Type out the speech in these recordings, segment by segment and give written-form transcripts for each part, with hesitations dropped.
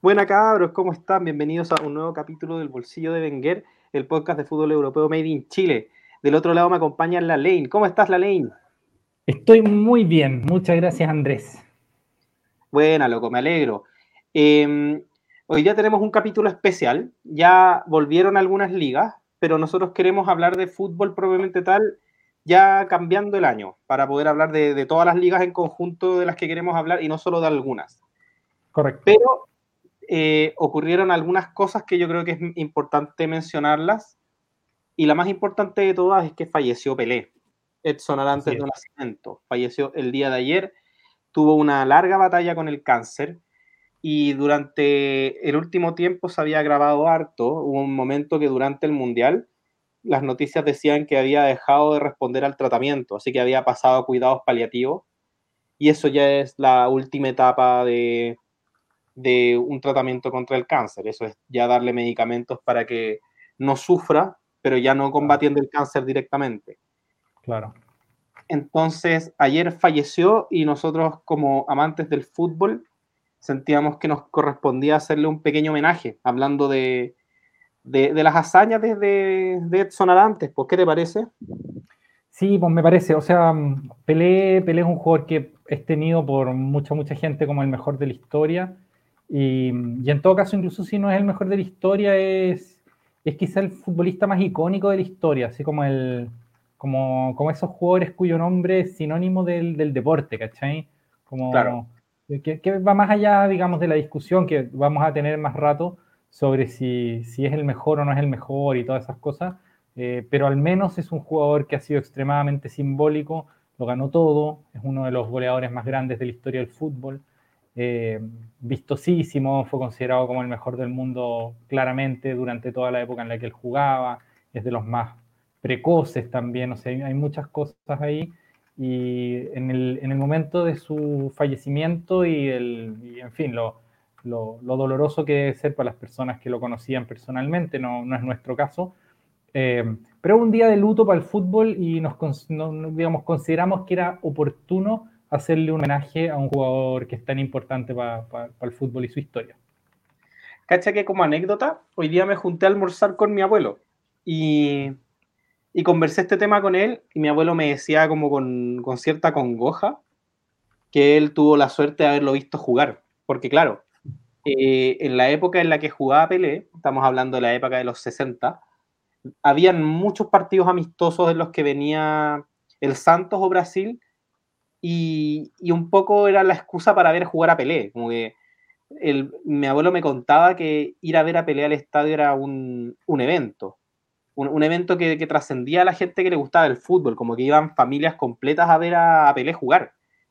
Buena cabros, ¿cómo están? Bienvenidos a un nuevo capítulo del Bolsillo de Wenger, el podcast de fútbol europeo Made in Chile. Del otro lado me acompaña la Lane. ¿Cómo estás, la Lane? Estoy muy bien, muchas gracias Andrés. Buena, loco, me alegro. Eh, Hoy día tenemos un capítulo especial. Ya volvieron algunas ligas, pero nosotros queremos hablar de fútbol propiamente tal, ya cambiando el año, para poder hablar de todas las ligas en conjunto de las que queremos hablar y no solo de algunas. Correcto. Pero ocurrieron algunas cosas que yo creo que es importante mencionarlas. Y la más importante de todas es que falleció Pelé, Edson Así Arantes do es. Nascimento. Falleció el día de ayer, tuvo una larga batalla con el cáncer y durante el último tiempo se había agravado harto. Hubo un momento que durante el Mundial las noticias decían que había dejado de responder al tratamiento, así que había pasado a cuidados paliativos y eso ya es la última etapa de un tratamiento contra el cáncer. Eso es ya darle medicamentos para que no sufra, pero ya no Claro, combatiendo el cáncer directamente. claro. Entonces, ayer falleció y nosotros como amantes del fútbol sentíamos que nos correspondía hacerle un pequeño homenaje, hablando de las hazañas de Edson Arantes. Pues, ¿qué te parece? Sí, pues me parece, o sea, Pelé es un jugador que es tenido por mucha gente como el mejor de la historia y en todo caso, incluso si no es el mejor de la historia, es quizá el futbolista más icónico de la historia, así como como esos jugadores cuyo nombre es sinónimo del deporte, ¿cachai? Claro. Como que va más allá, digamos, de la discusión que vamos a tener más rato sobre si es el mejor o no es el mejor y todas esas cosas, pero al menos es un jugador que ha sido extremadamente simbólico, lo ganó todo, es uno de los goleadores más grandes de la historia del fútbol, eh, vistosísimo, fue considerado como el mejor del mundo claramente durante toda la época en la que él jugaba, es de los más precoces también, o sea, hay muchas cosas ahí, y en el momento de su fallecimiento y en fin, lo doloroso que debe ser para las personas que lo conocían personalmente, no es nuestro caso, pero un día de luto para el fútbol y digamos, consideramos que era oportuno hacerle un homenaje a un jugador que es tan importante para el fútbol y su historia. Cacha que como anécdota, hoy día me junté a almorzar con mi abuelo y, y conversé este tema con él y mi abuelo me decía como con cierta congoja que él tuvo la suerte de haberlo visto jugar. Porque claro, en la época en la que jugaba Pelé, estamos hablando de la época de los 60, habían muchos partidos amistosos en los que venía el Santos o Brasil y un poco era la excusa para ver jugar a Pelé. Como que mi abuelo me contaba que ir a ver a Pelé al estadio era un evento. Un evento que trascendía a la gente que le gustaba el fútbol, como que iban familias completas a ver a Pelé jugar.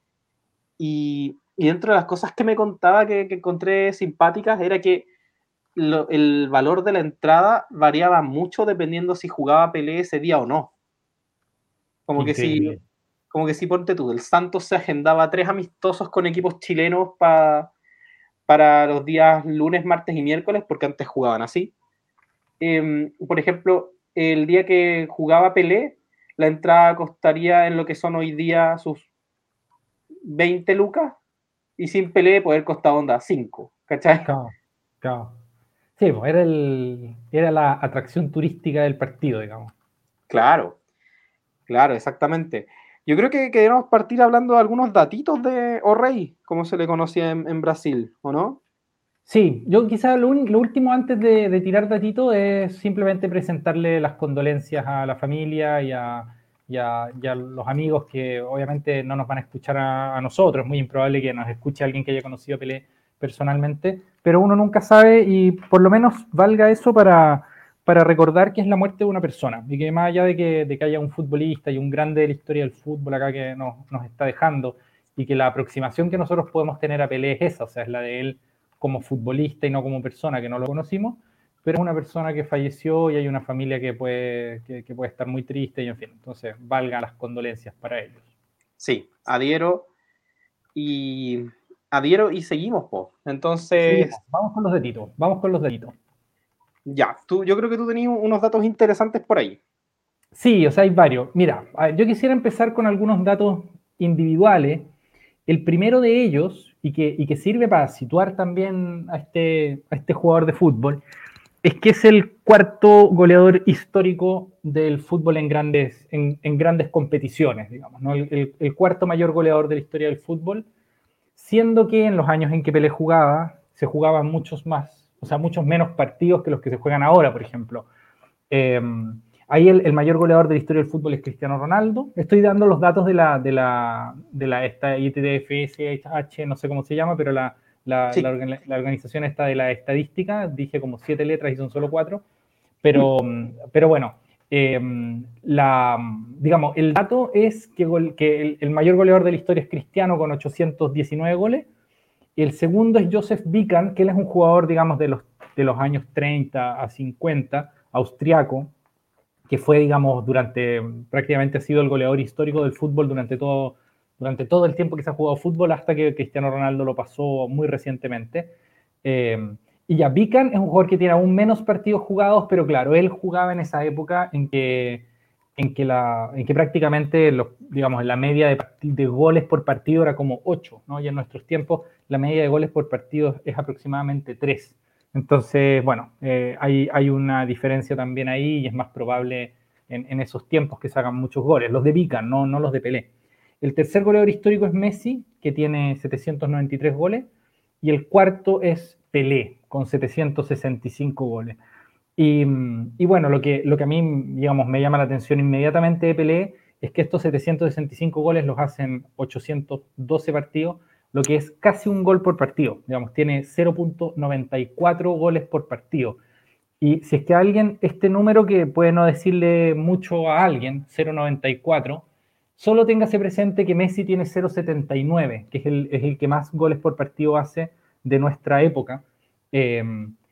Y dentro de las cosas que me contaba que encontré simpáticas era que el valor de la entrada variaba mucho dependiendo si jugaba Pelé ese día o no. Como que si, Increíble. como que si ponte tú, el Santos se agendaba 3 amistosos con equipos chilenos para los días lunes, martes y miércoles, porque antes jugaban así. Por ejemplo, el día que jugaba Pelé, la entrada costaría en lo que son hoy día sus 20 lucas y sin Pelé poder costar onda 5, ¿cachai? Claro, claro. Sí, pues era la atracción turística del partido, digamos. Claro, claro, exactamente. Yo creo que debemos partir hablando de algunos datitos de O'Reilly, como se le conocía en Brasil, ¿o no? Sí, yo quizás lo último antes de tirar datito es simplemente presentarle las condolencias a la familia y a los amigos que obviamente no nos van a escuchar a nosotros. Es muy improbable que nos escuche alguien que haya conocido a Pelé personalmente, pero uno nunca sabe y por lo menos valga eso para recordar que es la muerte de una persona y que más allá de que haya un futbolista y un grande de la historia del fútbol acá que nos está dejando y que la aproximación que nosotros podemos tener a Pelé es esa, o sea, es la de él como futbolista y no como persona, que no lo conocimos, pero es una persona que falleció y hay una familia que puede estar muy triste y en fin, entonces valgan las condolencias para ellos. Sí, y adhiero y seguimos, po. Entonces, Seguimos, vamos con los deditos, vamos con los deditos. ya, yo creo que tú tenías unos datos interesantes por ahí. Sí, o sea, hay varios. Mira, yo quisiera empezar con algunos datos individuales El primero de ellos, y que sirve para situar también a este jugador de fútbol, es que es el cuarto goleador histórico del fútbol en grandes competiciones, digamos, ¿no? El cuarto mayor goleador de la historia del fútbol, siendo que en los años en que Pelé jugaba, se jugaban muchos más, o sea, muchos menos partidos que los que se juegan ahora, por ejemplo. Eh, Ahí el mayor goleador de la historia del fútbol es Cristiano Ronaldo. Estoy dando los datos de la esta ITDFSH, no sé cómo se llama, pero Sí. la organización esta de la estadística, dije como 7 letras y son solo 4, pero bueno, eh, digamos, el dato es que el mayor goleador de la historia es Cristiano con 819 goles, y el segundo es Joseph Bican, que él es un jugador, digamos, de los años 30 a 50, austriaco, que fue, digamos, prácticamente ha sido el goleador histórico del fútbol durante todo el tiempo que se ha jugado fútbol, hasta que Cristiano Ronaldo lo pasó muy recientemente. Eh, y ya Bican es un jugador que tiene aún menos partidos jugados, pero claro, él jugaba en esa época en que prácticamente, digamos, la media de goles por partido era como 8, ¿no? Y en nuestros tiempos la media de goles por partido es aproximadamente 3. Entonces, bueno, hay una diferencia también ahí, y es más probable en esos tiempos que se hagan muchos goles. Los de Bican, no los de Pelé. El tercer goleador histórico es Messi, que tiene 793 goles, y el cuarto es Pelé, con 765 goles. Y bueno, lo que a mí, digamos, me llama la atención inmediatamente de Pelé es que estos 765 goles los hacen 812 partidos, lo que es casi un gol por partido. Digamos, tiene 0.94 goles por partido. Y si es que alguien, este número que puede no decirle mucho a alguien, 0.94, solo téngase presente que Messi tiene 0.79, que es el que más goles por partido hace de nuestra época. Eh,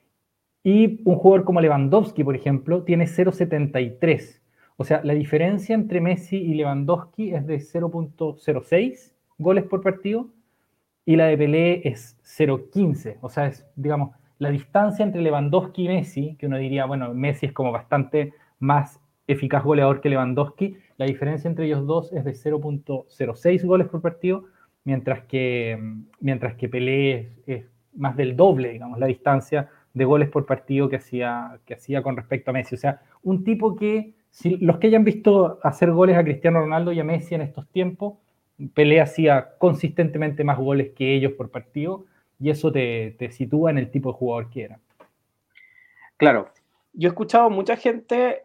y un jugador como Lewandowski, por ejemplo, tiene 0.73. O sea, la diferencia entre Messi y Lewandowski es de 0.06 goles por partido, y la de Pelé es 0.15. O sea, es, digamos, la distancia entre Lewandowski y Messi, que uno diría, bueno, Messi es como bastante más eficaz goleador que Lewandowski, la diferencia entre ellos dos es de 0.06 goles por partido, mientras que Pelé es más del doble, digamos, la distancia de goles por partido que hacía con respecto a Messi. O sea, un tipo que, si los que hayan visto hacer goles a Cristiano Ronaldo y a Messi en estos tiempos, Pelé hacía consistentemente más goles que ellos por partido, y eso te sitúa en el tipo de jugador que era. Claro, yo he escuchado a mucha gente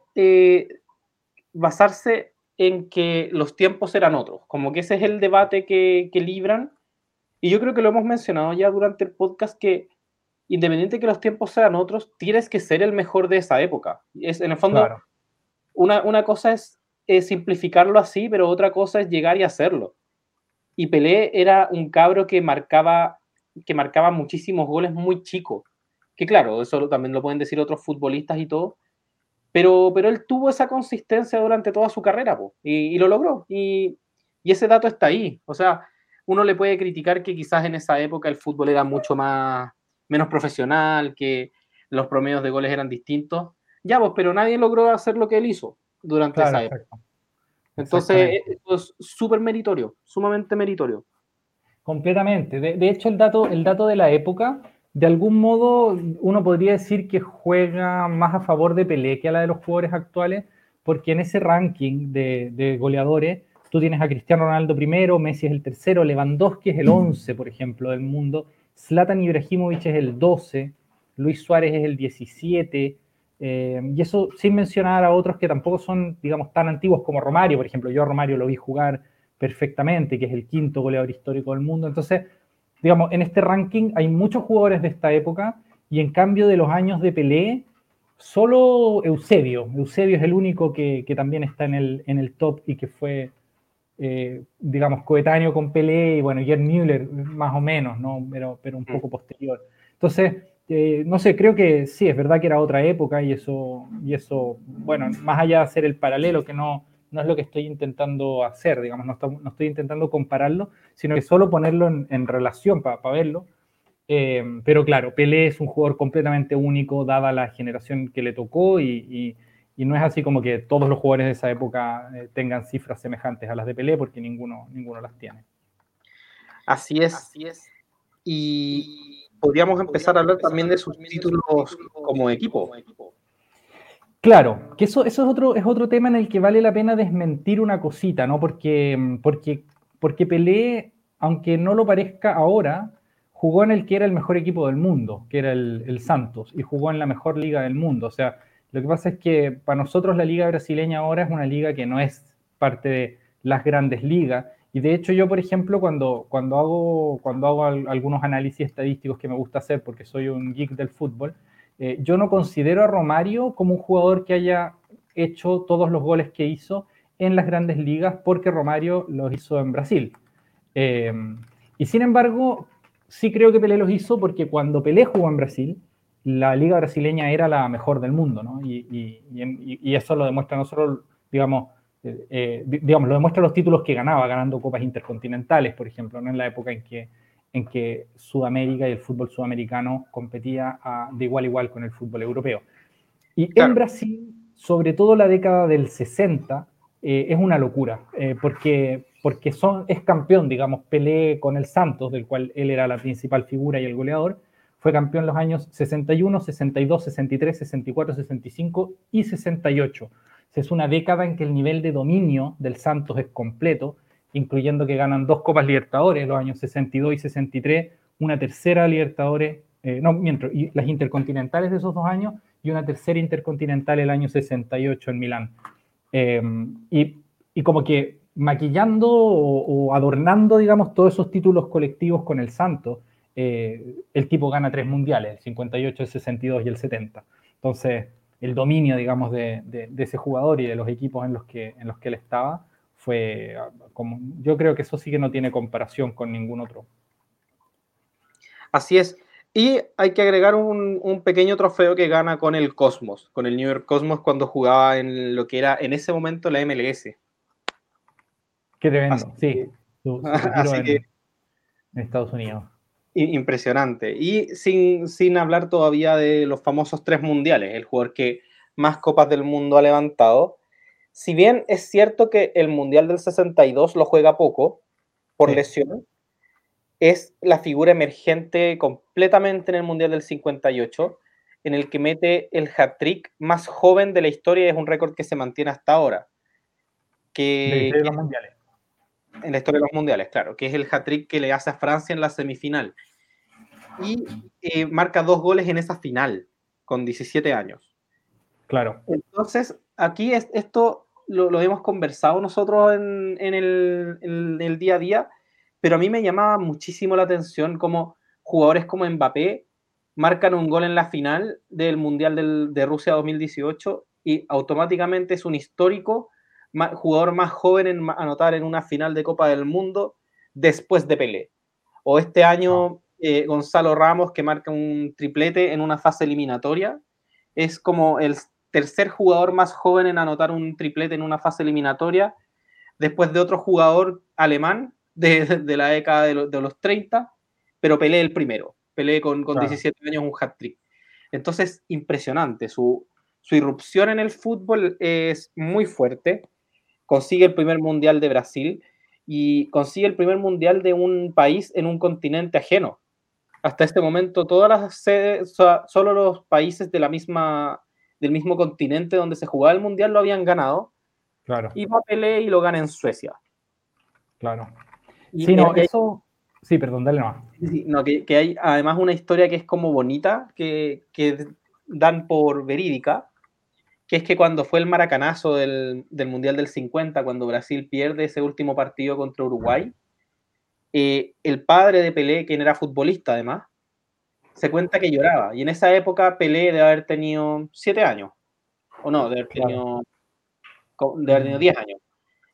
basarse en que los tiempos eran otros, como que ese es el debate que libran, y yo creo que lo hemos mencionado ya durante el podcast, que independiente de que los tiempos sean otros, tienes que ser el mejor de esa época. Es, en el fondo, Claro, una cosa es simplificarlo así, pero otra cosa es llegar y hacerlo. Y Pelé era un cabro que marcaba muchísimos goles muy chico. Que claro, eso también lo pueden decir otros futbolistas y todo, pero él tuvo esa consistencia durante toda su carrera, po, y lo logró. Y ese dato está ahí. O sea, uno le puede criticar que quizás en esa época el fútbol era mucho menos profesional, que los promedios de goles eran distintos. Ya, pues, pero nadie logró hacer lo que él hizo durante claro, esa época. exacto, Entonces, exactamente. esto es súper meritorio, sumamente meritorio. Completamente. De hecho, el dato de la época, de algún modo, uno podría decir que juega más a favor de Pelé que a la de los jugadores actuales, porque en ese ranking de goleadores, tú tienes a Cristiano Ronaldo primero, Messi es el tercero, Lewandowski es el 11, por ejemplo, del mundo, Zlatan Ibrahimovic es el 12, Luis Suárez es el 17, y eso sin mencionar a otros que tampoco son, digamos, tan antiguos como Romario, por ejemplo. Yo a Romario lo vi jugar perfectamente, que es el quinto goleador histórico del mundo. Entonces, digamos, en este ranking hay muchos jugadores de esta época, y en cambio de los años de Pelé, solo Eusebio. Eusebio es el único que también está en el top, y que fue, digamos, coetáneo con Pelé, y bueno, Gerd Müller más o menos, ¿no? Pero un poco posterior. Entonces, no sé, creo que sí, es verdad que era otra época, y eso, bueno, más allá de hacer el paralelo, que no es lo que estoy intentando hacer, digamos, no estoy intentando compararlo, sino que solo ponerlo en relación para verlo. Pero claro, Pelé es un jugador completamente único, dada la generación que le tocó, y no es así como que todos los jugadores de esa época tengan cifras semejantes a las de Pelé, porque ninguno las tiene. Así es. Y podríamos empezar a hablar también de sus títulos como equipo. Claro, que eso es otro tema en el que vale la pena desmentir una cosita, ¿no? Porque Pelé, aunque no lo parezca ahora, jugó en el que era el mejor equipo del mundo, que era el Santos, y jugó en la mejor liga del mundo. O sea, lo que pasa es que para nosotros la liga brasileña ahora es una liga que no es parte de las grandes ligas. Y de hecho yo, por ejemplo, cuando hago algunos análisis estadísticos que me gusta hacer porque soy un geek del fútbol, yo no considero a Romario como un jugador que haya hecho todos los goles que hizo en las grandes ligas porque Romario los hizo en Brasil. Eh, y sin embargo, sí creo que Pelé los hizo porque cuando Pelé jugó en Brasil, la liga brasileña era la mejor del mundo, ¿no? Y eso lo demuestra no solo, digamos, lo demuestra los títulos que ganaba, ganando copas intercontinentales, por ejemplo, ¿no? En la época en que Sudamérica y el fútbol sudamericano competía de igual a igual con el fútbol europeo. Y en Claro, Brasil, sobre todo la década del 60, es una locura, porque es campeón, digamos, Pelé con el Santos, del cual él era la principal figura y el goleador, fue campeón en los años 61, 62, 63, 64, 65 y 68. Es una década en que el nivel de dominio del Santos es completo, incluyendo que ganan dos Copas Libertadores, los años 62 y 63, una tercera Libertadores, no, mientras, y las intercontinentales de esos 2 años, y una tercera intercontinental el año 68 en Milán. Eh, y, y, como que maquillando o adornando, digamos, todos esos títulos colectivos con el Santos, el tipo gana 3 mundiales, el 58, el 62 y el 70. Entonces, el dominio, digamos, de ese jugador y de los equipos en los que él estaba, fue como, yo creo que eso sí que no tiene comparación con ningún otro. así es. Y hay que agregar un pequeño trofeo que gana con el Cosmos, con el New York Cosmos cuando jugaba en lo que era en ese momento la MLS. Qué Así tremendo, sí, que, su retiro así que en Estados Unidos. impresionante. Y sin hablar todavía de los famosos 3 mundiales, el jugador que más copas del mundo ha levantado. Si bien es cierto que el Mundial del 62 lo juega poco por Sí. lesión, es la figura emergente completamente en el Mundial del 58, en el que mete el hat-trick más joven de la historia y es un récord que se mantiene hasta ahora. De la Que historia de los mundiales. en la historia de los mundiales, claro, que es el hat-trick que le hace a Francia en la semifinal. Y marca 2 goles en esa final, con 17 años. Claro. Entonces, aquí esto lo hemos conversado nosotros en el día a día, pero a mí me llamaba muchísimo la atención como jugadores como Mbappé marcan un gol en la final del Mundial de Rusia 2018 y automáticamente es un histórico jugador más joven en anotar en una final de Copa del Mundo después de Pelé. O este Wow. año Gonzalo Ramos que marca un triplete en una fase eliminatoria. Es como el tercer jugador más joven en anotar un triplete en una fase eliminatoria, después de otro jugador alemán de la década de los 30, pero Pelé el primero. Pelé con Claro. 17 años un hat-trick. Entonces, impresionante. Su irrupción en el fútbol es muy fuerte. Consigue el primer mundial de Brasil y consigue el primer mundial de un país en un continente ajeno. Hasta este momento, todas las sedes, solo los países del mismo continente donde se jugaba el mundial lo habían ganado. Claro. Y va Pelé y lo gana en Suecia. Claro. Y, Sí, no, hay, eso. Sí, perdón, dale nomás. no, que hay además una historia que es como bonita, que dan por verídica, que es que cuando fue el maracanazo del Mundial del 50, cuando Brasil pierde ese último partido contra Uruguay, el padre de Pelé, quien era futbolista además, se cuenta que lloraba. Y en esa época Pelé debe haber tenido 7 años, o no, Claro. de haber tenido 10 años.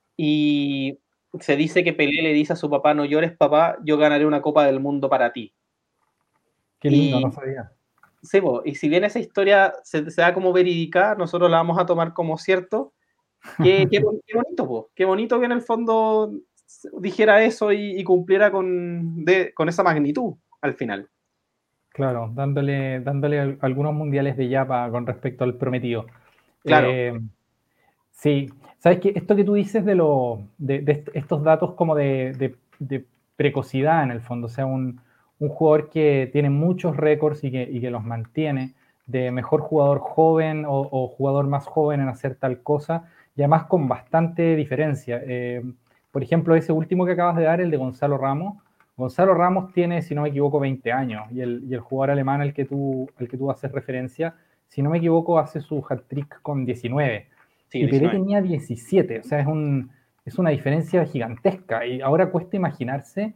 Y se dice que Pelé le dice a su papá, no llores papá, yo ganaré una Copa del Mundo para ti. Qué lindo, no Y, sabía. y si bien esa historia se da como verídica, nosotros la vamos a tomar como cierto, qué bonito, po. Qué bonito que en el fondo dijera eso y cumpliera con esa magnitud al final. Claro, dándole algunos mundiales de yapa con respecto al prometido. Claro, Eh, sí, sabes que esto que tú dices de estos datos como de precocidad en el fondo, o sea, un jugador que tiene muchos récords y que los mantiene, de mejor jugador joven o jugador más joven en hacer tal cosa, y además con bastante diferencia. Por ejemplo, ese último que acabas de dar, el de Gonzalo Ramos. Gonzalo Ramos tiene, si no me equivoco, 20 años, y el jugador alemán al que tú haces referencia, si no me equivoco, hace su hat-trick con 19, Sí, y Pelé 19. tenía 17, o sea, es una diferencia gigantesca, y ahora cuesta imaginarse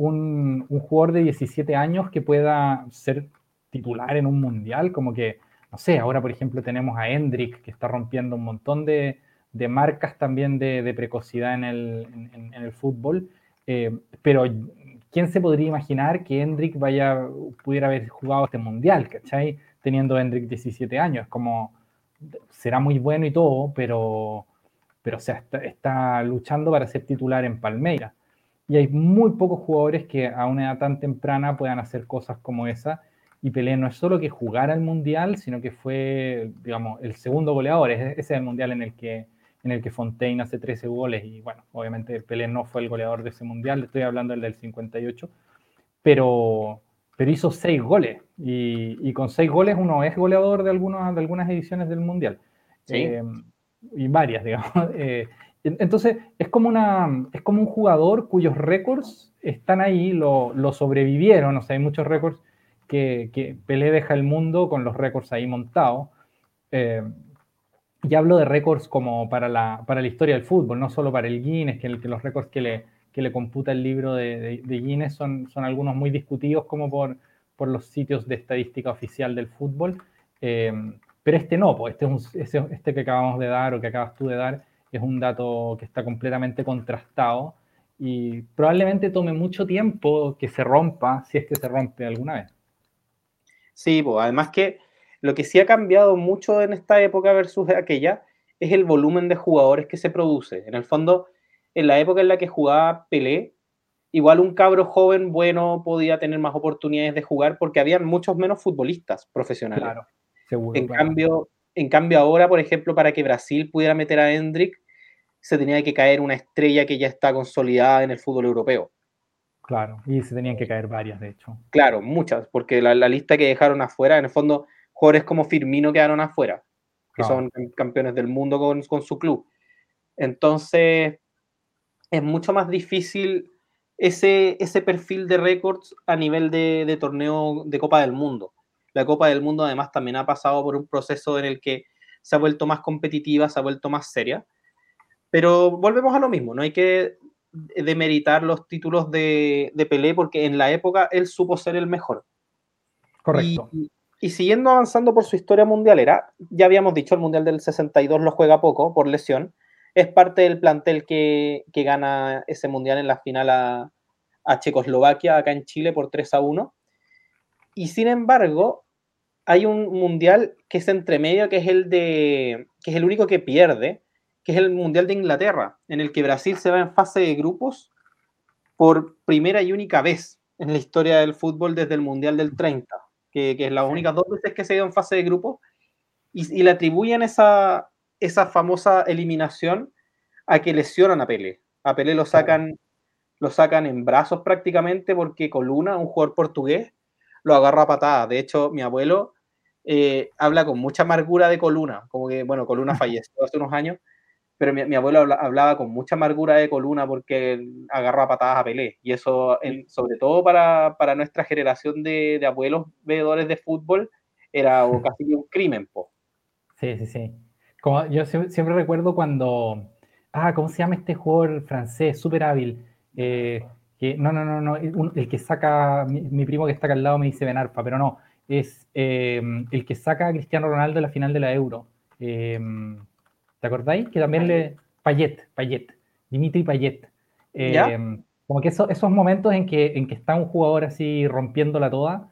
un jugador de 17 años que pueda ser titular en un mundial, como que, no sé, ahora por ejemplo tenemos a Hendrik que está rompiendo un montón de marcas también de precocidad en el fútbol, pero ¿quién se podría imaginar que Hendrik pudiera haber jugado este mundial, ¿cachai? Teniendo Hendrik 17 años, como será muy bueno y todo, pero o sea, está luchando para ser titular en Palmeiras. Y hay muy pocos jugadores que a una edad tan temprana puedan hacer cosas como esa. Y Pelé no es solo que jugara el Mundial, sino que fue, digamos, el segundo goleador. Ese es el Mundial en el que Fontaine hace 13 goles. Y bueno, obviamente Pelé no fue el goleador de ese Mundial, estoy hablando del 58, pero, pero hizo 6 goles. Y con 6 goles uno es goleador de algunas ediciones del Mundial. Sí. Eh, y varias, digamos. Entonces, es como un jugador cuyos récords están ahí, lo sobrevivieron. O sea, hay muchos récords que Pelé deja el mundo con los récords ahí montados. Eh, y hablo de récords como para la historia del fútbol, no solo para el Guinness, que los récords que le computa el libro de Guinness son algunos muy discutidos como por los sitios de estadística oficial del fútbol. Eh, pero este no, pues este que acabamos de dar o que acabas tú de dar es un dato que está completamente contrastado y probablemente tome mucho tiempo que se rompa, si es que se rompe alguna vez. Sí, pues además que lo que sí ha cambiado mucho en esta época versus aquella es el volumen de jugadores que se produce. En el fondo, en la época en la que jugaba Pelé, igual un cabro joven bueno podía tener más oportunidades de jugar porque habían muchos menos futbolistas profesionales. Claro, seguro, En claro. cambio, en cambio ahora, por ejemplo, para que Brasil pudiera meter a Hendrik, se tenía que caer una estrella que ya está consolidada en el fútbol europeo. Claro, y se tenían que caer varias, de hecho. Claro, muchas, porque la lista que dejaron afuera, en el fondo, jugadores como Firmino quedaron afuera, que Claro. son campeones del mundo con su club. Entonces, es mucho más difícil ese perfil de récords a nivel de torneo de Copa del Mundo. La Copa del Mundo además también ha pasado por un proceso en el que se ha vuelto más competitiva, se ha vuelto más seria, pero volvemos a lo mismo, no hay que demeritar los títulos de Pelé porque en la época él supo ser el mejor. Y, Correcto. y siguiendo avanzando por su historia mundialera, ya habíamos dicho, el Mundial del 62 lo juega poco por lesión, es parte del plantel que gana ese Mundial en la final a Checoslovaquia, acá en Chile, por 3-1. Y sin embargo, hay un Mundial que es entre medio, que es el único que pierde, que es el Mundial de Inglaterra, en el que Brasil se va en fase de grupos por primera y única vez en la historia del fútbol desde el Mundial del 30, que es las Sí. únicas dos veces que se dio en fase de grupo, y le atribuyen esa famosa eliminación a que lesionan a Pelé. A Pelé Claro. lo sacan en brazos prácticamente porque Coluna, un jugador portugués, lo agarra a patadas. De hecho, mi abuelo habla con mucha amargura de Coluna, como que, bueno, Coluna falleció hace unos años, pero mi abuelo hablaba con mucha amargura de Coluna porque agarró a patadas a Pelé. Y eso, Sí, sobre todo para nuestra generación de abuelos veedores de fútbol, era casi un crimen. Po. sí, sí, sí. Como yo siempre recuerdo cuando. Ah, ¿cómo se llama este jugador francés? Súper hábil. No. El que saca. Mi primo que está acá al lado me dice Ben Arfa, pero no. Es el que saca a Cristiano Ronaldo en la final de la Euro. Eh, ¿Te acordáis? Que también le. Payet. Dimitri Payet. ¿Ya? Como que esos momentos en que está un jugador así rompiéndola toda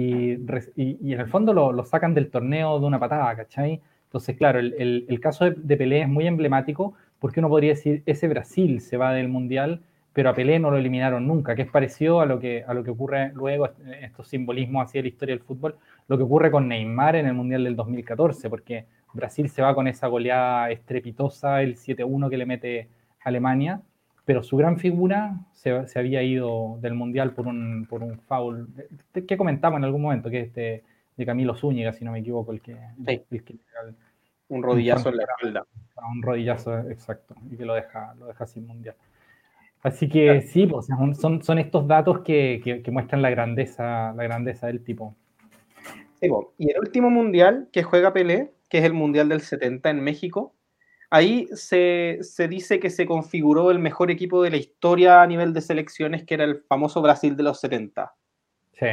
y en el fondo lo sacan del torneo de una patada, ¿cachai? Entonces, claro, el caso de Pelé es muy emblemático porque uno podría decir, ese Brasil se va del Mundial, pero a Pelé no lo eliminaron nunca, que es parecido a lo que ocurre luego, estos simbolismos hacia la historia del fútbol, lo que ocurre con Neymar en el Mundial del 2014, porque Brasil se va con esa goleada estrepitosa, el 7-1 que le mete Alemania, pero su gran figura se había ido del Mundial por un foul que comentamos en algún momento, que es de Camilo Zúñiga, si no me equivoco, Sí, el que un un rodillazo en la francotirador, espalda. un rodillazo exacto, y que lo deja sin Mundial. Así que sí, pues, son estos datos que muestran la grandeza del tipo. Sí, po. Y el último mundial que juega Pelé, que es el Mundial del 70 en México, ahí se dice que se configuró el mejor equipo de la historia a nivel de selecciones, que era el famoso Brasil de los 70, Sí,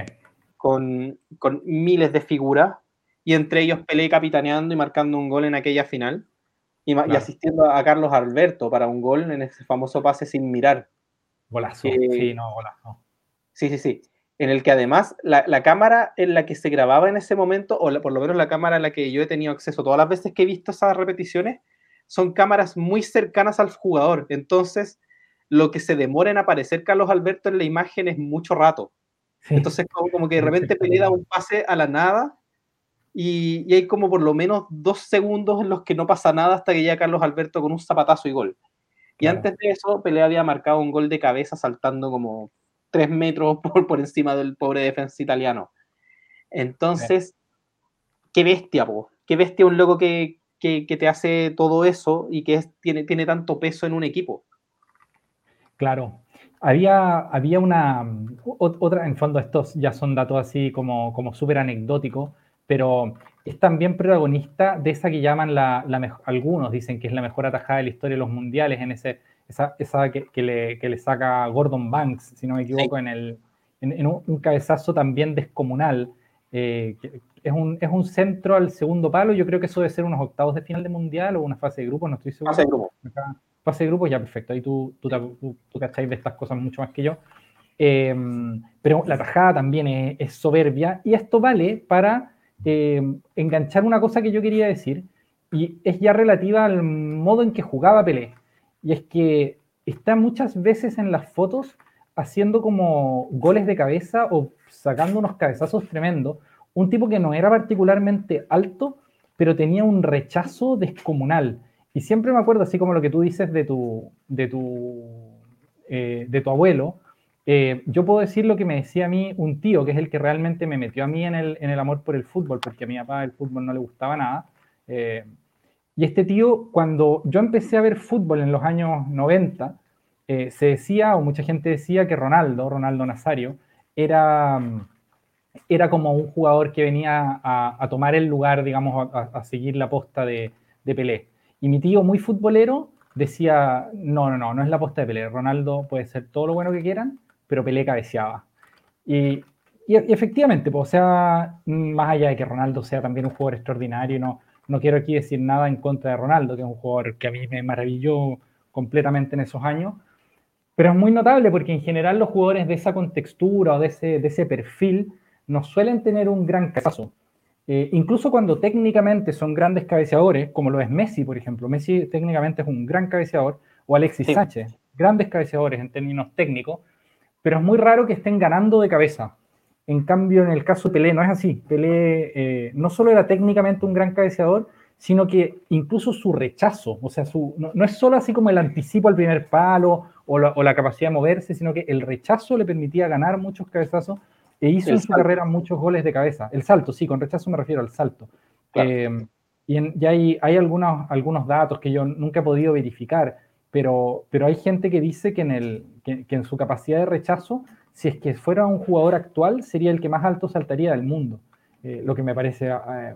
con miles de figuras, y entre ellos Pelé capitaneando y marcando un gol en aquella final, y claro. asistiendo a Carlos Alberto para un gol en ese famoso pase sin mirar. Golazo. Que, Sí, no, golazo. sí, sí, sí. En el que además la cámara en la que se grababa en ese momento, por lo menos la cámara en la que yo he tenido acceso todas las veces que he visto esas repeticiones, son cámaras muy cercanas al jugador. Entonces, lo que se demora en aparecer Carlos Alberto en la imagen es mucho rato. Sí, Entonces, como que de es repente Pelé da espectacular. un pase a la nada y hay como por lo menos 2 segundos en los que no pasa nada hasta que llega Carlos Alberto con un zapatazo y gol. Y Claro. antes de eso, Pelé había marcado un gol de cabeza saltando como 3 metros por encima del pobre defensa italiano. Sí. Entonces, qué bestia, po. Qué bestia un loco que te hace todo eso y que tiene tanto peso en un equipo. Claro. Había otra, en fondo estos ya son datos así como súper anecdóticos, pero es también protagonista de esa que llaman algunos dicen que es la mejor atajada de la historia de los mundiales, esa que le saca Gordon Banks, si no me Sí, equivoco, en un cabezazo también descomunal. Es un centro al segundo palo, yo creo que eso debe ser unos octavos de final de mundial o una fase de grupos, no estoy fase de seguro. grupo. Acá, fase de grupos, ya perfecto, ahí tú cacháis de estas cosas mucho más que yo. Pero la tajada también es soberbia y esto vale para enganchar una cosa que yo quería decir y es ya relativa al modo en que jugaba Pelé. Y es que está muchas veces en las fotos haciendo como goles de cabeza o sacando unos cabezazos tremendos. Un tipo que no era particularmente alto, pero tenía un rechazo descomunal. Y siempre me acuerdo, así como lo que tú dices de tu abuelo, yo puedo decir lo que me decía a mí un tío, que es el que realmente me metió a mí en el amor por el fútbol, porque a mi papá el fútbol no le gustaba nada. Y este tío, cuando yo empecé a ver fútbol en los años 90, se decía, o mucha gente decía, que Ronaldo Nazario, era, era como un jugador que venía a tomar el lugar, digamos, a seguir la posta de Pelé. Y mi tío, muy futbolero, decía, no es la posta de Pelé. Ronaldo puede ser todo lo bueno que quieran, pero Pelé cabeceaba. Y, y efectivamente, pues, o sea, más allá de que Ronaldo sea también un jugador extraordinario, no quiero aquí decir nada en contra de Ronaldo, que es un jugador que a mí me maravilló completamente en esos años, pero es muy notable porque en general los jugadores de esa contextura o de ese perfil no suelen tener un gran caso. Incluso cuando técnicamente son grandes cabeceadores, como lo es Messi, por ejemplo. Messi técnicamente es un gran cabeceador, o Alexis Sí, Sánchez, grandes cabeceadores en términos técnicos, pero es muy raro que estén ganando de cabeza. En cambio, en el caso de Pelé no es así. Pelé no solo era técnicamente un gran cabeceador, sino que incluso su rechazo, o sea, no es solo así como el anticipo al primer palo o la capacidad de moverse, sino que el rechazo le permitía ganar muchos cabezazos e hizo el en su salto, carrera muchos goles de cabeza. El salto, sí, con rechazo me refiero al salto. claro. Y hay algunos datos que yo nunca he podido verificar, pero hay gente que dice que en su capacidad de rechazo, si es que fuera un jugador actual, sería el que más alto saltaría del mundo. Lo que me parece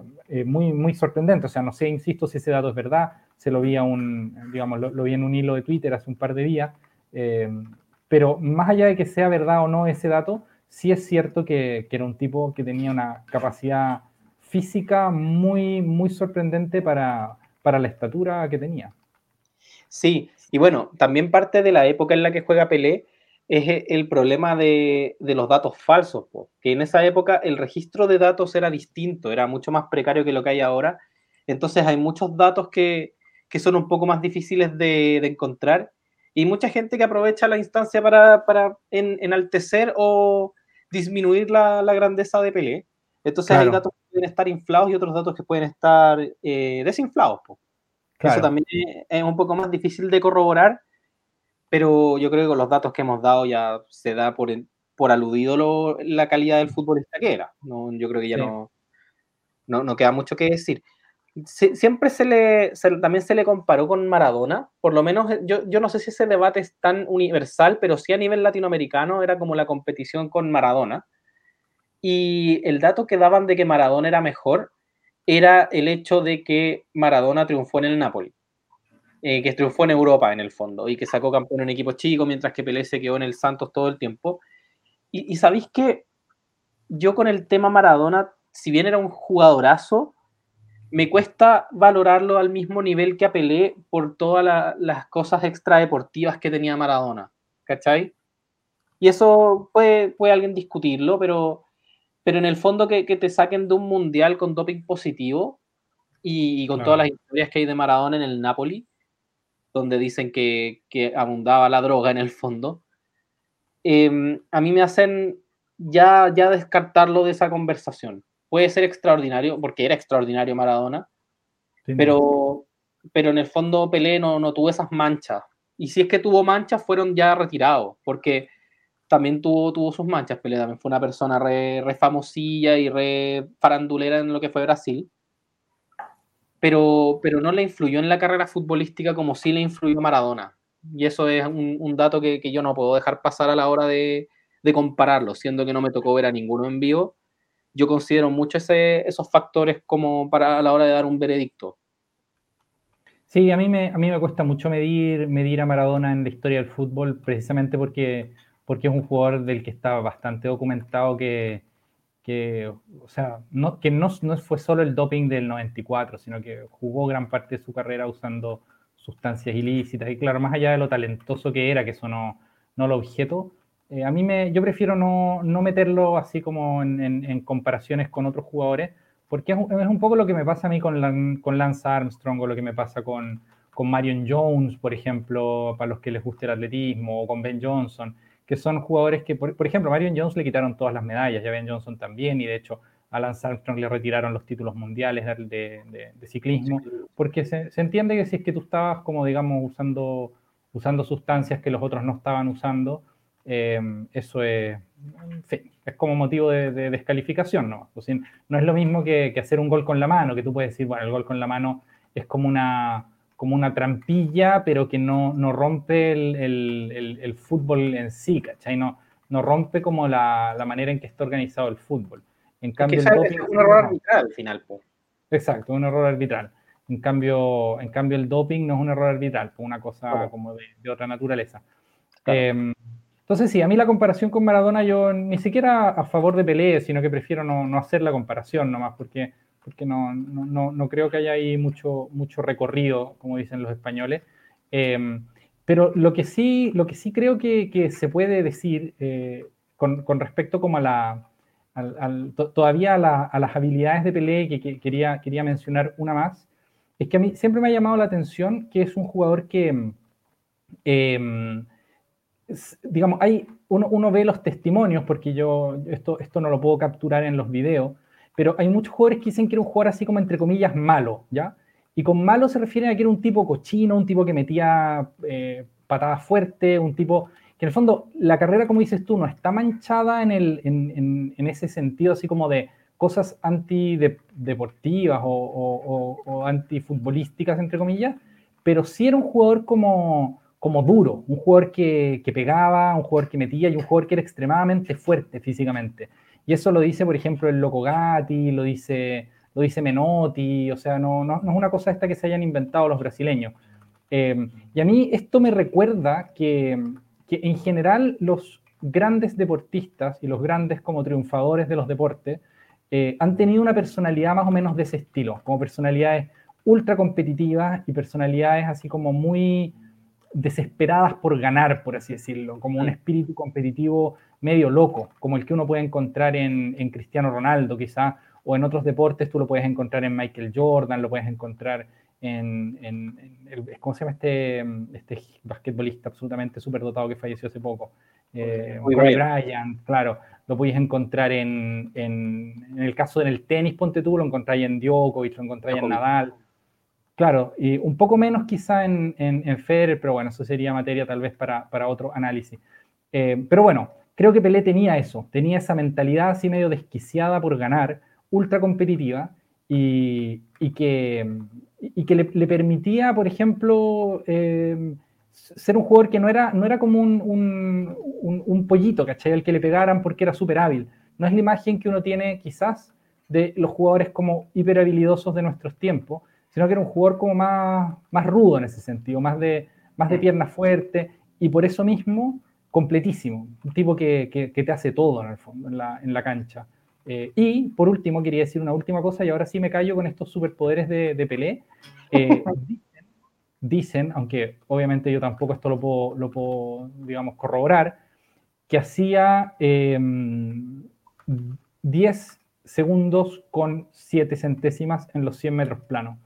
muy sorprendente. O sea, no sé, insisto, si ese dato es verdad. Se lo vi digamos, lo vi en un hilo de Twitter hace un par de días. Eh, pero más allá de que sea verdad o no ese dato, sí es cierto que era un tipo que tenía una capacidad física muy sorprendente para la estatura que tenía. Sí, y bueno, también parte de la época en la que juega Pelé es el problema de los datos falsos, po, que en esa época el registro de datos era distinto, era mucho más precario que lo que hay ahora, entonces hay muchos datos que son un poco más difíciles de encontrar y mucha gente que aprovecha la instancia para enaltecer o disminuir la grandeza de Pelé. Entonces hay Claro, datos que pueden estar inflados y otros datos que pueden estar desinflados, po. Eso claro. también es un poco más difícil de corroborar, pero yo creo que con los datos que hemos dado ya se da por aludido la calidad del futbolista que era. No, yo creo que ya Sí. no queda mucho que decir. Siempre también se le comparó con Maradona, por lo menos yo no sé si ese debate es tan universal, pero sí a nivel latinoamericano era como la competición con Maradona. Y el dato que daban de que Maradona era mejor era el hecho de que Maradona triunfó en el Napoli, que triunfó en Europa en el fondo y que sacó campeón en equipo chico, mientras que Pelé se quedó en el Santos todo el tiempo. Y sabéis que yo con el tema Maradona, si bien era un jugadorazo, me cuesta valorarlo al mismo nivel que a Pelé por todas las cosas extradeportivas que tenía Maradona, ¿cachai? Y eso puede alguien discutirlo, pero en el fondo que te saquen de un mundial con doping positivo y con todas Claro. las historias que hay de Maradona en el Napoli, donde dicen que abundaba la droga en el fondo, a mí me hacen ya descartarlo de esa conversación. Puede ser extraordinario, porque era extraordinario Maradona, Sin duda. pero, pero en el fondo Pelé no tuvo esas manchas. Y si es que tuvo manchas, fueron ya retirados, porque también tuvo sus manchas. Pelé también fue una persona re famosilla y re farandulera en lo que fue Brasil, pero no le influyó en la carrera futbolística como sí le influyó Maradona. Y eso es un dato que yo no puedo dejar pasar a la hora de compararlo, siendo que no me tocó ver a ninguno en vivo. Yo considero mucho esos factores como para a la hora de dar un veredicto. Sí, a mí me cuesta mucho medir a Maradona en la historia del fútbol, precisamente porque es un jugador del que está bastante documentado o sea, que no fue solo el doping del 94, sino que jugó gran parte de su carrera usando sustancias ilícitas. Y claro, más allá de lo talentoso que era, que eso no lo objeto, yo prefiero no meterlo así como en comparaciones con otros jugadores, porque es un poco lo que me pasa a mí con Lance Armstrong, o lo que me pasa con Marion Jones, por ejemplo, para los que les guste el atletismo, o con Ben Johnson, que son jugadores que, por ejemplo, Marion Jones le quitaron todas las medallas, ya Ben Johnson también, y de hecho a Lance Armstrong le retiraron los títulos mundiales de ciclismo, porque se entiende que si es que tú estabas como, digamos, usando sustancias que los otros no estaban usando, eso en fin, es como motivo de descalificación, ¿no? O sea, no es lo mismo que hacer un gol con la mano, que tú puedes decir, bueno, el gol con la mano es como una trampilla, pero que no rompe el fútbol en sí, ¿cachai? No rompe como la manera en que está organizado el fútbol. En Es que cambio, ese el es doping un sí, error no. arbitral al final, po. Exacto, un error arbitral. En cambio, el doping no es un error arbitral, es una cosa No, como de otra naturaleza. claro. Entonces, sí, a mí la comparación con Maradona, yo ni siquiera a favor de Pelé, sino que prefiero no hacer la comparación nomás, porque no creo que haya ahí mucho recorrido, como dicen los españoles. Pero lo que sí creo que se puede decir con respecto como todavía a las habilidades de Pelé, que quería mencionar una más, es que a mí siempre me ha llamado la atención que es un jugador que, eh, digamos, uno ve los testimonios, porque yo esto no lo puedo capturar en los videos, pero hay muchos jugadores que dicen que era un jugador así como entre comillas malo, ¿ya? Y con malo se refieren a que era un tipo cochino, un tipo que metía patadas fuertes, un tipo que en el fondo la carrera, como dices tú, no está manchada en ese sentido así como de cosas antideportivas o antifutbolísticas, entre comillas, pero sí era un jugador como duro, un jugador que pegaba, un jugador que metía y un jugador que era extremadamente fuerte físicamente. Y eso lo dice, por ejemplo, el Loco Gatti, lo dice Menotti, o sea, no es una cosa esta que se hayan inventado los brasileños. Y a mí esto me recuerda que en general los grandes deportistas y los grandes como triunfadores de los deportes han tenido una personalidad más o menos de ese estilo, como personalidades ultra competitivas y personalidades así como muy desesperadas por ganar, por así decirlo, como un Mm. espíritu competitivo medio loco, como el que uno puede encontrar en Cristiano Ronaldo quizá, o en otros deportes tú lo puedes encontrar en Michael Jordan, lo puedes encontrar ¿cómo se llama este basquetbolista absolutamente superdotado que falleció hace poco? Kobe Kobe Bryant. Bryant, claro, lo puedes encontrar en el caso del tenis, ponte tú, lo encontráis en Djokovic, lo encontráis en Djokovic. Nadal, Claro, y un poco menos quizá en Federer, pero bueno, eso sería materia tal vez para otro análisis. Pero bueno, creo que Pelé tenía eso, tenía esa mentalidad así medio desquiciada por ganar, ultra competitiva, y que le permitía, por ejemplo, ser un jugador que no era como un pollito, ¿cachai? Al que le pegaran porque era súper hábil. No es la imagen que uno tiene quizás de los jugadores como hiperhabilidosos de nuestros tiempos, sino que era un jugador como más rudo en ese sentido, más de pierna fuerte, y por eso mismo completísimo, un tipo que te hace todo en el fondo, en la cancha. Y por último, quería decir una última cosa, y ahora sí me callo con estos superpoderes de Pelé. Dicen, aunque obviamente yo tampoco esto lo puedo digamos, corroborar, que hacía 10 segundos con 7 centésimas en los 100 metros planos.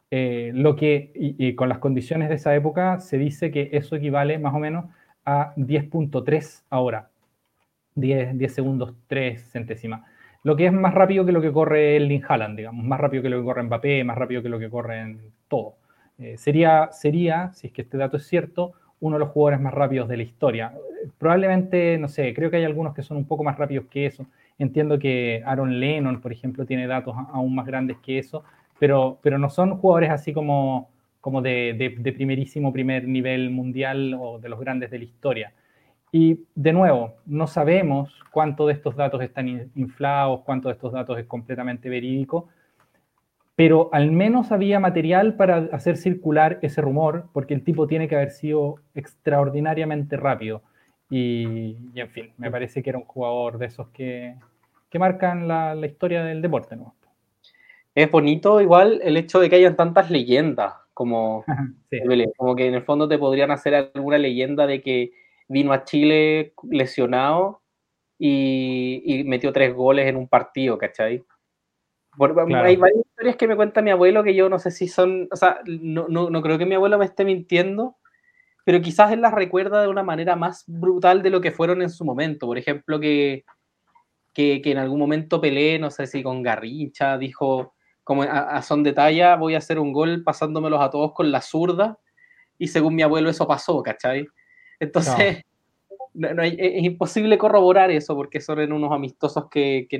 Y con las condiciones de esa época se dice que eso equivale más o menos a 10.3 ahora. 10 segundos 3 centésimas. Lo que es más rápido que lo que corre Erling Haaland, digamos, más rápido que lo que corre Mbappé, más rápido que lo que corre en todo. Sería, si es que este dato es cierto, uno de los jugadores más rápidos de la historia. Probablemente, no sé, creo que hay algunos que son un poco más rápidos que eso. Entiendo que Aaron Lennon, por ejemplo, tiene datos aún más grandes que eso, pero no son jugadores así como de primerísimo primer nivel mundial o de los grandes de la historia. Y de nuevo, no sabemos cuánto de estos datos están inflados, cuánto de estos datos es completamente verídico, pero al menos había material para hacer circular ese rumor, porque el tipo tiene que haber sido extraordinariamente rápido. Y en fin, me parece que era un jugador de esos que marcan la historia del deporte, ¿no? Es bonito igual el hecho de que hayan tantas leyendas como, Sí, como que en el fondo te podrían hacer alguna leyenda de que vino a Chile lesionado y metió 3 goles en un partido, ¿cachai? Hay claro. varias historias que me cuenta mi abuelo que yo no sé si son, o sea, no creo que mi abuelo me esté mintiendo, pero quizás él las recuerda de una manera más brutal de lo que fueron en su momento. Por ejemplo, que en algún momento Pelé, no sé si con Garrincha, dijo como a son de talla, voy a hacer un gol pasándomelos a todos con la zurda, y según mi abuelo eso pasó, ¿cachai? Claro. Entonces, es imposible corroborar eso porque son en unos amistosos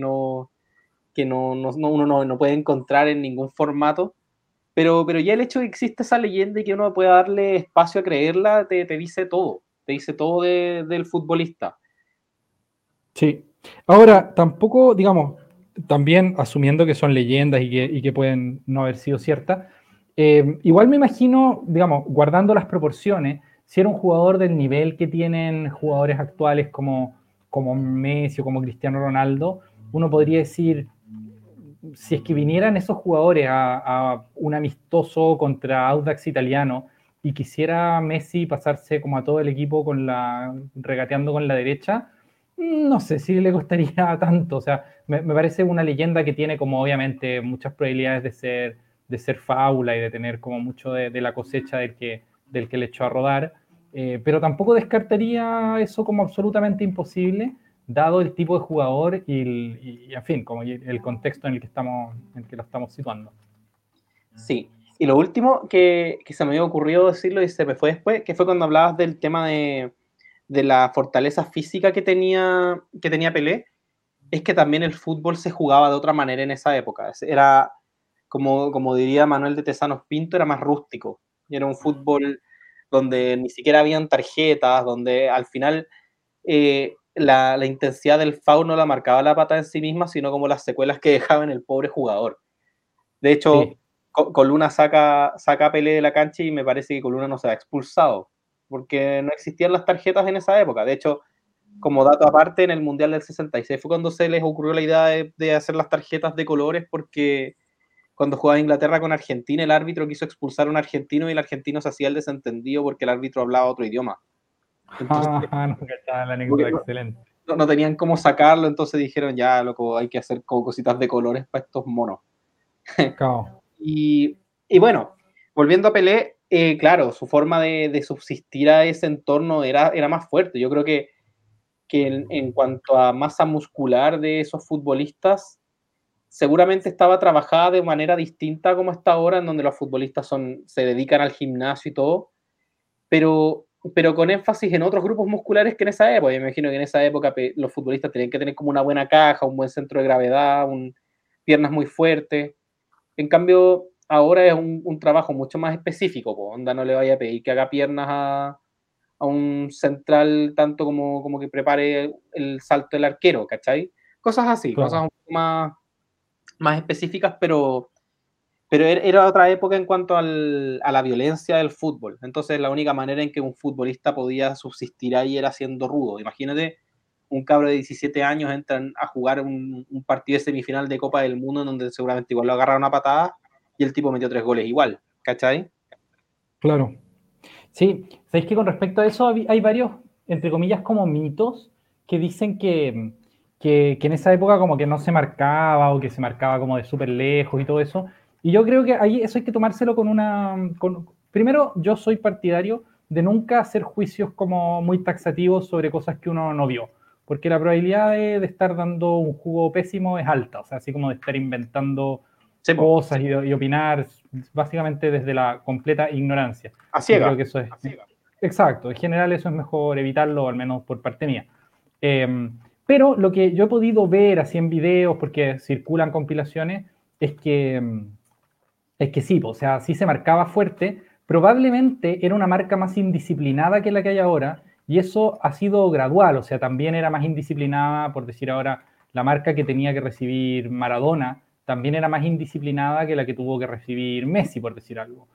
que uno no puede encontrar en ningún formato, pero ya el hecho de que existe esa leyenda y que uno pueda darle espacio a creerla, te dice todo del futbolista. Sí. Ahora, tampoco, digamos, también asumiendo que son leyendas y que pueden no haber sido ciertas, igual me imagino, digamos, guardando las proporciones, si era un jugador del nivel que tienen jugadores actuales como Messi o como Cristiano Ronaldo, uno podría decir, si es que vinieran esos jugadores a un amistoso contra Audax Italiano y quisiera Messi pasarse como a todo el equipo regateando con la derecha, no sé si le costaría tanto. O sea, me parece una leyenda que tiene como obviamente muchas probabilidades de ser fábula y de tener como mucho de la cosecha del que le echó a rodar. Pero tampoco descartaría eso como absolutamente imposible, dado el tipo de jugador en fin, como el contexto en el que lo estamos situando. Sí. Y lo último que se me había ocurrido decirlo y se me fue después, que fue cuando hablabas del tema de la fortaleza física que tenía Pelé, es que también el fútbol se jugaba de otra manera en esa época. Era, como diría Manuel de Tesanos Pinto, era más rústico. Y era un fútbol donde ni siquiera habían tarjetas, donde al final la intensidad del foul no la marcaba la pata en sí misma, sino como las secuelas que dejaba en el pobre jugador. De hecho, Sí, Coluna saca a Pelé de la cancha y me parece que Coluna no se ha expulsado, porque no existían las tarjetas en esa época. De hecho, como dato aparte, en el Mundial del 66 fue cuando se les ocurrió la idea de hacer las tarjetas de colores, porque cuando jugaba Inglaterra con Argentina, el árbitro quiso expulsar a un argentino y el argentino se hacía el desentendido porque el árbitro hablaba otro idioma. Entonces, no cachaba la anécdota, excelente. no tenían cómo sacarlo, entonces dijeron, ya, loco, hay que hacer como cositas de colores para estos monos. Cao. Y bueno, volviendo a Pelé, claro, su forma de subsistir a ese entorno era más fuerte. Yo creo que en cuanto a masa muscular de esos futbolistas, seguramente estaba trabajada de manera distinta como está ahora, en donde los futbolistas se dedican al gimnasio y todo, pero, pero con énfasis en otros grupos musculares que en esa época. Yo me imagino que en esa época los futbolistas tenían que tener como una buena caja, un buen centro de gravedad, piernas muy fuertes. En cambio, ahora es un trabajo mucho más específico, po. Onda, no le vaya a pedir que haga piernas a un central tanto como que prepare el salto del arquero, ¿cachai? Cosas así, cosas Claro. un poco más específicas, pero era otra época en cuanto a la violencia del fútbol. Entonces, la única manera en que un futbolista podía subsistir ahí era siendo rudo. Imagínate, un cabro de 17 años entran a jugar un partido de semifinal de Copa del Mundo en donde seguramente igual lo agarraron a patadas y el tipo metió 3 goles igual, ¿cachai? Claro. Sí, sabéis que con respecto a eso hay varios, entre comillas, como mitos que dicen que en esa época como que no se marcaba o que se marcaba como de súper lejos y todo eso. Y yo creo que ahí eso hay que tomárselo con primero, yo soy partidario de nunca hacer juicios como muy taxativos sobre cosas que uno no vio, porque la probabilidad de estar dando un jugo pésimo es alta, o sea, así como de estar inventando Sí, po. cosas y opinar básicamente desde la completa ignorancia. A Yo creo ciega. que eso es... Exacto, en general eso es mejor evitarlo, al menos por parte mía. Eh, pero lo que yo he podido ver así en videos, porque circulan compilaciones, es que, es que sí, o sea, sí se marcaba fuerte, probablemente era una marca más indisciplinada que la que hay ahora, y eso ha sido gradual, o sea, también era más indisciplinada, por decir ahora, la marca que tenía que recibir Maradona, también era más indisciplinada que la que tuvo que recibir Messi, por decir algo.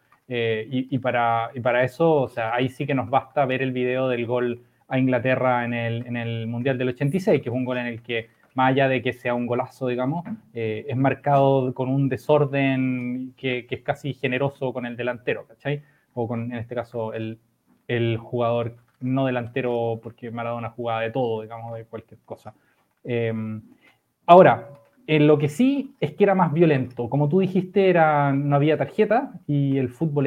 Y para eso, o sea, ahí sí que nos basta ver el video del gol a Inglaterra en el Mundial del 86, que es un gol en el que, más allá de que sea un golazo, digamos, es marcado con un desorden que es casi generoso con el delantero, ¿cachai? O con, en este caso, el jugador no delantero, porque Maradona jugaba de todo, digamos, de cualquier cosa. Eh, Ahora, lo que sí es que era más violento. Como tú dijiste, no había tarjeta y el fútbol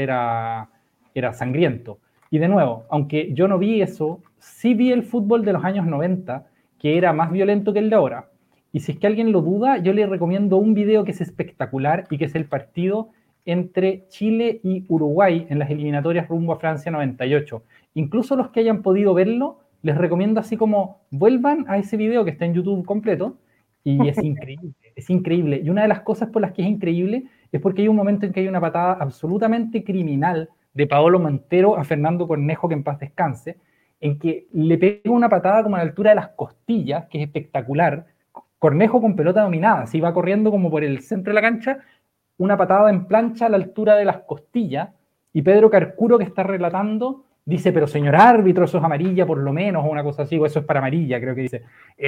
era sangriento. Y de nuevo, aunque yo no vi eso, sí vi el fútbol de los años 90, que era más violento que el de ahora. Y si es que alguien lo duda, yo le recomiendo un video que es espectacular y que es el partido entre Chile y Uruguay en las eliminatorias rumbo a Francia 98. Incluso los que hayan podido verlo, les recomiendo así como vuelvan a ese video que está en YouTube completo y es increíble, es increíble. Y una de las cosas por las que es increíble es porque hay un momento en que hay una patada absolutamente criminal de Paolo Montero a Fernando Cornejo, que en paz descanse, en que le pega una patada como a la altura de las costillas, que es espectacular. Cornejo con pelota dominada, así va corriendo como por el centro de la cancha, una patada en plancha a la altura de las costillas, y Pedro Carcuro, que está relatando, dice, pero señor árbitro, eso es amarilla por lo menos, o una cosa así, o eso es para amarilla, creo que dice.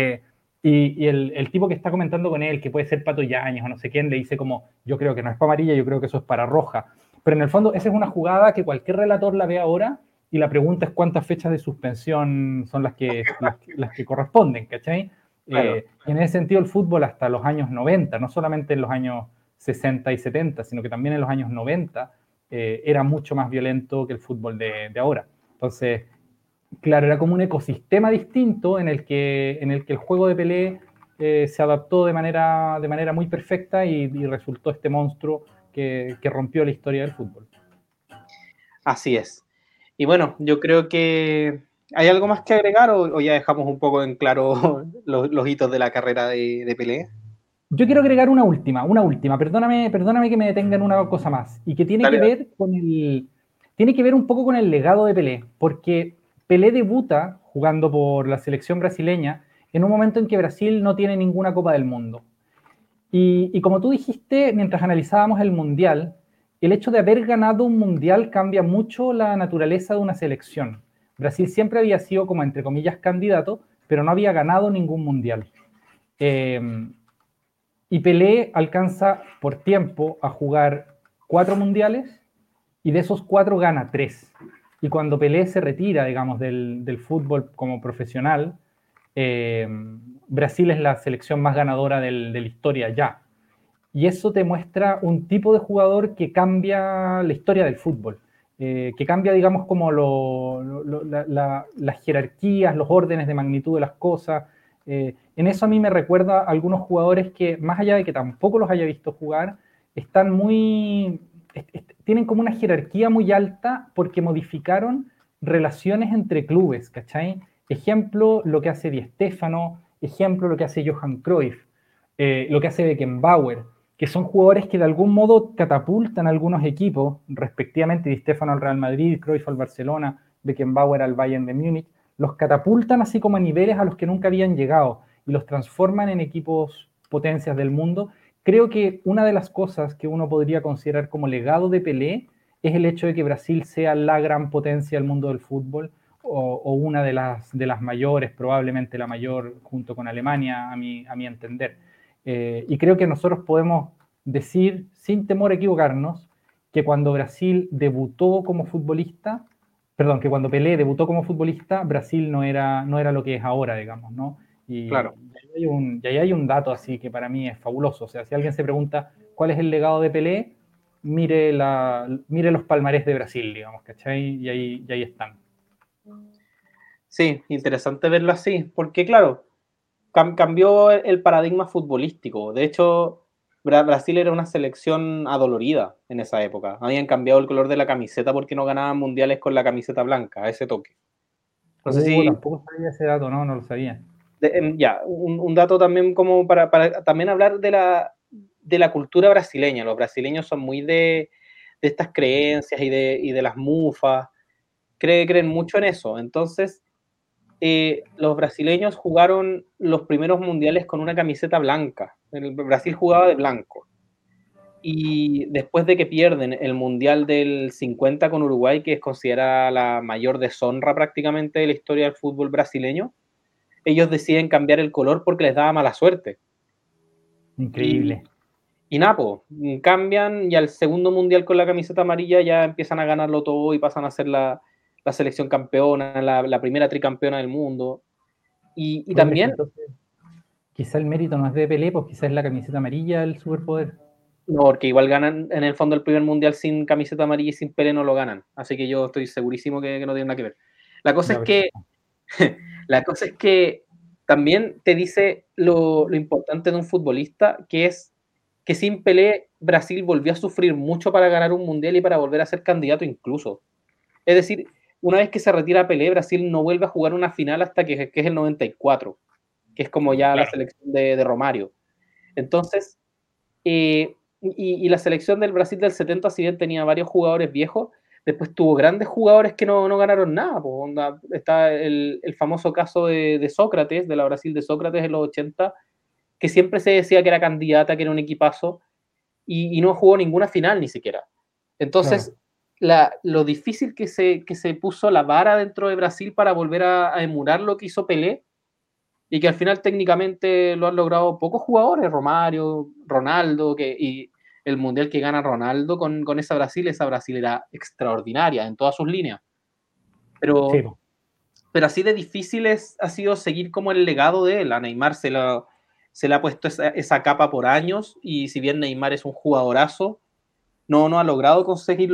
Y el tipo que está comentando con él, que puede ser Pato Yáñez o no sé quién, le dice como, yo creo que no es para amarilla, yo creo que eso es para roja. Pero en el fondo, esa es una jugada que cualquier relator la ve ahora y la pregunta es cuántas fechas de suspensión son las que corresponden, ¿cachai? Claro. Y en ese sentido el fútbol hasta los años 90, no solamente en los años 60 y 70, sino que también en los años 90, era mucho más violento que el fútbol de ahora. Entonces, claro, era como un ecosistema distinto en el que el juego de Pelé se adaptó de manera muy perfecta y resultó este monstruo que rompió la historia del fútbol. Así es. Y bueno, yo creo que ¿hay algo más que agregar o ya dejamos un poco en claro los hitos de la carrera de Pelé? Yo quiero agregar una última. Perdóname que me detenga en una cosa más. Y que tiene que Dale, dale. ver tiene que ver un poco con el legado de Pelé. Porque Pelé debuta jugando por la selección brasileña en un momento en que Brasil no tiene ninguna Copa del Mundo. Y como tú dijiste, mientras analizábamos el Mundial, el hecho de haber ganado un Mundial cambia mucho la naturaleza de una selección. Brasil siempre había sido como, entre comillas, candidato, pero no había ganado ningún Mundial. Eh, y Pelé alcanza por tiempo a jugar 4 mundiales y de esos 4 gana 3. Y cuando Pelé se retira, digamos, del fútbol como profesional, eh, Brasil es la selección más ganadora de la historia ya. Y eso te muestra un tipo de jugador que cambia la historia del fútbol, que cambia, digamos, como las jerarquías, los órdenes de magnitud de las cosas. En eso a mí me recuerda a algunos jugadores que, más allá de que tampoco los haya visto jugar, están tienen como una jerarquía muy alta porque modificaron relaciones entre clubes, ¿cachai? Ejemplo, lo que hace Di Stéfano, ejemplo, lo que hace Johan Cruyff, lo que hace Beckenbauer, que son jugadores que de algún modo catapultan a algunos equipos, respectivamente Di Stéfano al Real Madrid, Cruyff al Barcelona, Beckenbauer al Bayern de Múnich, los catapultan así como a niveles a los que nunca habían llegado y los transforman en equipos potencias del mundo. Creo que una de las cosas que uno podría considerar como legado de Pelé es el hecho de que Brasil sea la gran potencia del mundo del fútbol o una de las mayores, probablemente la mayor junto con Alemania, a mi entender. Y creo que nosotros podemos decir, sin temor a equivocarnos, que cuando Brasil debutó como futbolista, perdón, que cuando Pelé debutó como futbolista, Brasil no era lo que es ahora, digamos, ¿no? Claro. Y ahí hay un dato así que para mí es fabuloso. O sea, si alguien se pregunta cuál es el legado de Pelé, mire los palmarés de Brasil, digamos, ¿cachai? Y ahí están. Sí, interesante verlo así, porque claro, cambió el paradigma futbolístico. De hecho, Brasil era una selección adolorida en esa época. Habían cambiado el color de la camiseta porque no ganaban mundiales con la camiseta blanca, a ese toque. No sé si, Tampoco sabía ese dato, no lo sabía. ya, un dato también como para también hablar de la cultura brasileña. Los brasileños son muy de estas creencias y de las mufas, creen mucho en eso. Entonces, los brasileños jugaron los primeros mundiales con una camiseta blanca. El Brasil jugaba de blanco. Y después de que pierden el mundial del 50 con Uruguay, que es considerada la mayor deshonra prácticamente de la historia del fútbol brasileño, ellos deciden cambiar el color porque les daba mala suerte. Increíble. Y Napo, cambian y al segundo mundial con la camiseta amarilla ya empiezan a ganarlo todo y pasan a ser la selección campeona, la primera tricampeona del mundo. Y Oye, pero es que también, entonces, quizá el mérito no es de Pelé, pues quizá es la camiseta amarilla el superpoder. no, porque igual ganan en el fondo el primer mundial sin camiseta amarilla y sin Pelé no lo ganan. Así que yo estoy segurísimo que no tiene nada que ver. La cosa Ya, es que, perfecto. la cosa es que también te dice lo importante de un futbolista, que es que sin Pelé Brasil volvió a sufrir mucho para ganar un mundial y para volver a ser candidato incluso. Es decir, una vez que se retira Pelé, Brasil no vuelve a jugar una final hasta que es el 94, que es como ya la Claro. selección de Romario. Entonces, y la selección del Brasil del 70, si bien tenía varios jugadores viejos, después tuvo grandes jugadores que no ganaron nada. Po. Onda, está el famoso caso de Sócrates, de la Brasil de Sócrates en los 80, que siempre se decía que era candidata, que era un equipazo, y no jugó ninguna final ni siquiera. Claro. Entonces, lo difícil que se puso la vara dentro de Brasil para volver a emular lo que hizo Pelé, y que al final técnicamente lo han logrado pocos jugadores, Romario, Ronaldo, y el mundial que gana Ronaldo con esa Brasil era extraordinaria en todas sus líneas. Sí, Pero, po. pero así de difícil ha sido seguir como el legado de él. A Neymar se le ha puesto esa capa por años, y si bien Neymar es un jugadorazo, no ha logrado conseguir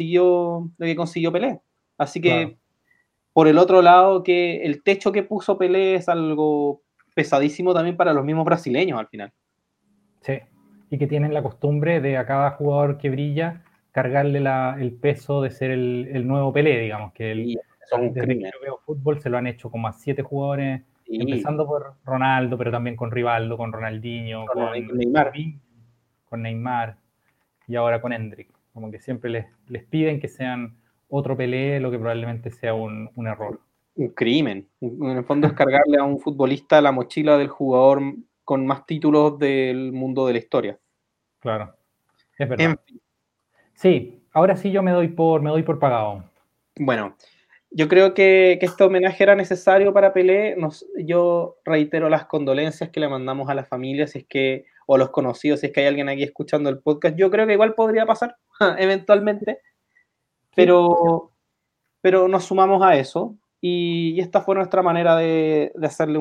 lo que consiguió Pelé. Así Claro. que por el otro lado, que el techo que puso Pelé es algo pesadísimo también para los mismos brasileños al final. Sí. Y que tienen la costumbre de a cada jugador que brilla cargarle el peso de ser el nuevo Pelé, digamos, Y son un desde que crimen. yo veo fútbol se lo han hecho como a 7 jugadores, Y empezando por Ronaldo, pero también con Rivaldo, con Ronaldinho, con Neymar. con Neymar y ahora con Hendrik. Como que siempre les piden que sean otro Pelé, lo que probablemente sea un error. Un crimen. En el fondo es cargarle a un futbolista la mochila del jugador con más títulos del mundo de la historia. Claro, es En verdad. fin, Sí, ahora sí yo me doy por pagado. bueno, yo creo que este homenaje era necesario para Pelé. Yo reitero las condolencias que le mandamos a la familia, si es que, o a los conocidos, si es que hay alguien aquí escuchando el podcast. Yo creo que igual podría pasar eventualmente, Sí, pero, pero nos sumamos a eso, y esta fue nuestra manera de hacerle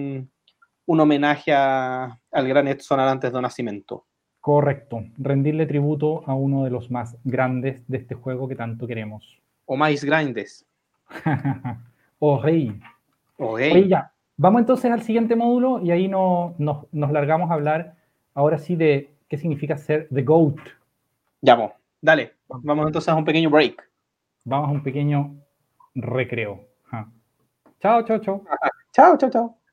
un homenaje al gran Edson Arantes do Nascimento. correcto. Rendirle tributo a uno de los más grandes de este juego que tanto queremos. O más grandes. Oh, rey. O Oye, gay. ya. Vamos entonces al siguiente módulo y ahí nos largamos a hablar ahora sí de qué significa ser the GOAT. Ya, pues, dale. Vamos entonces a un pequeño break. Vamos a un pequeño recreo. Chao, chao, chao. Chao, chao, chao.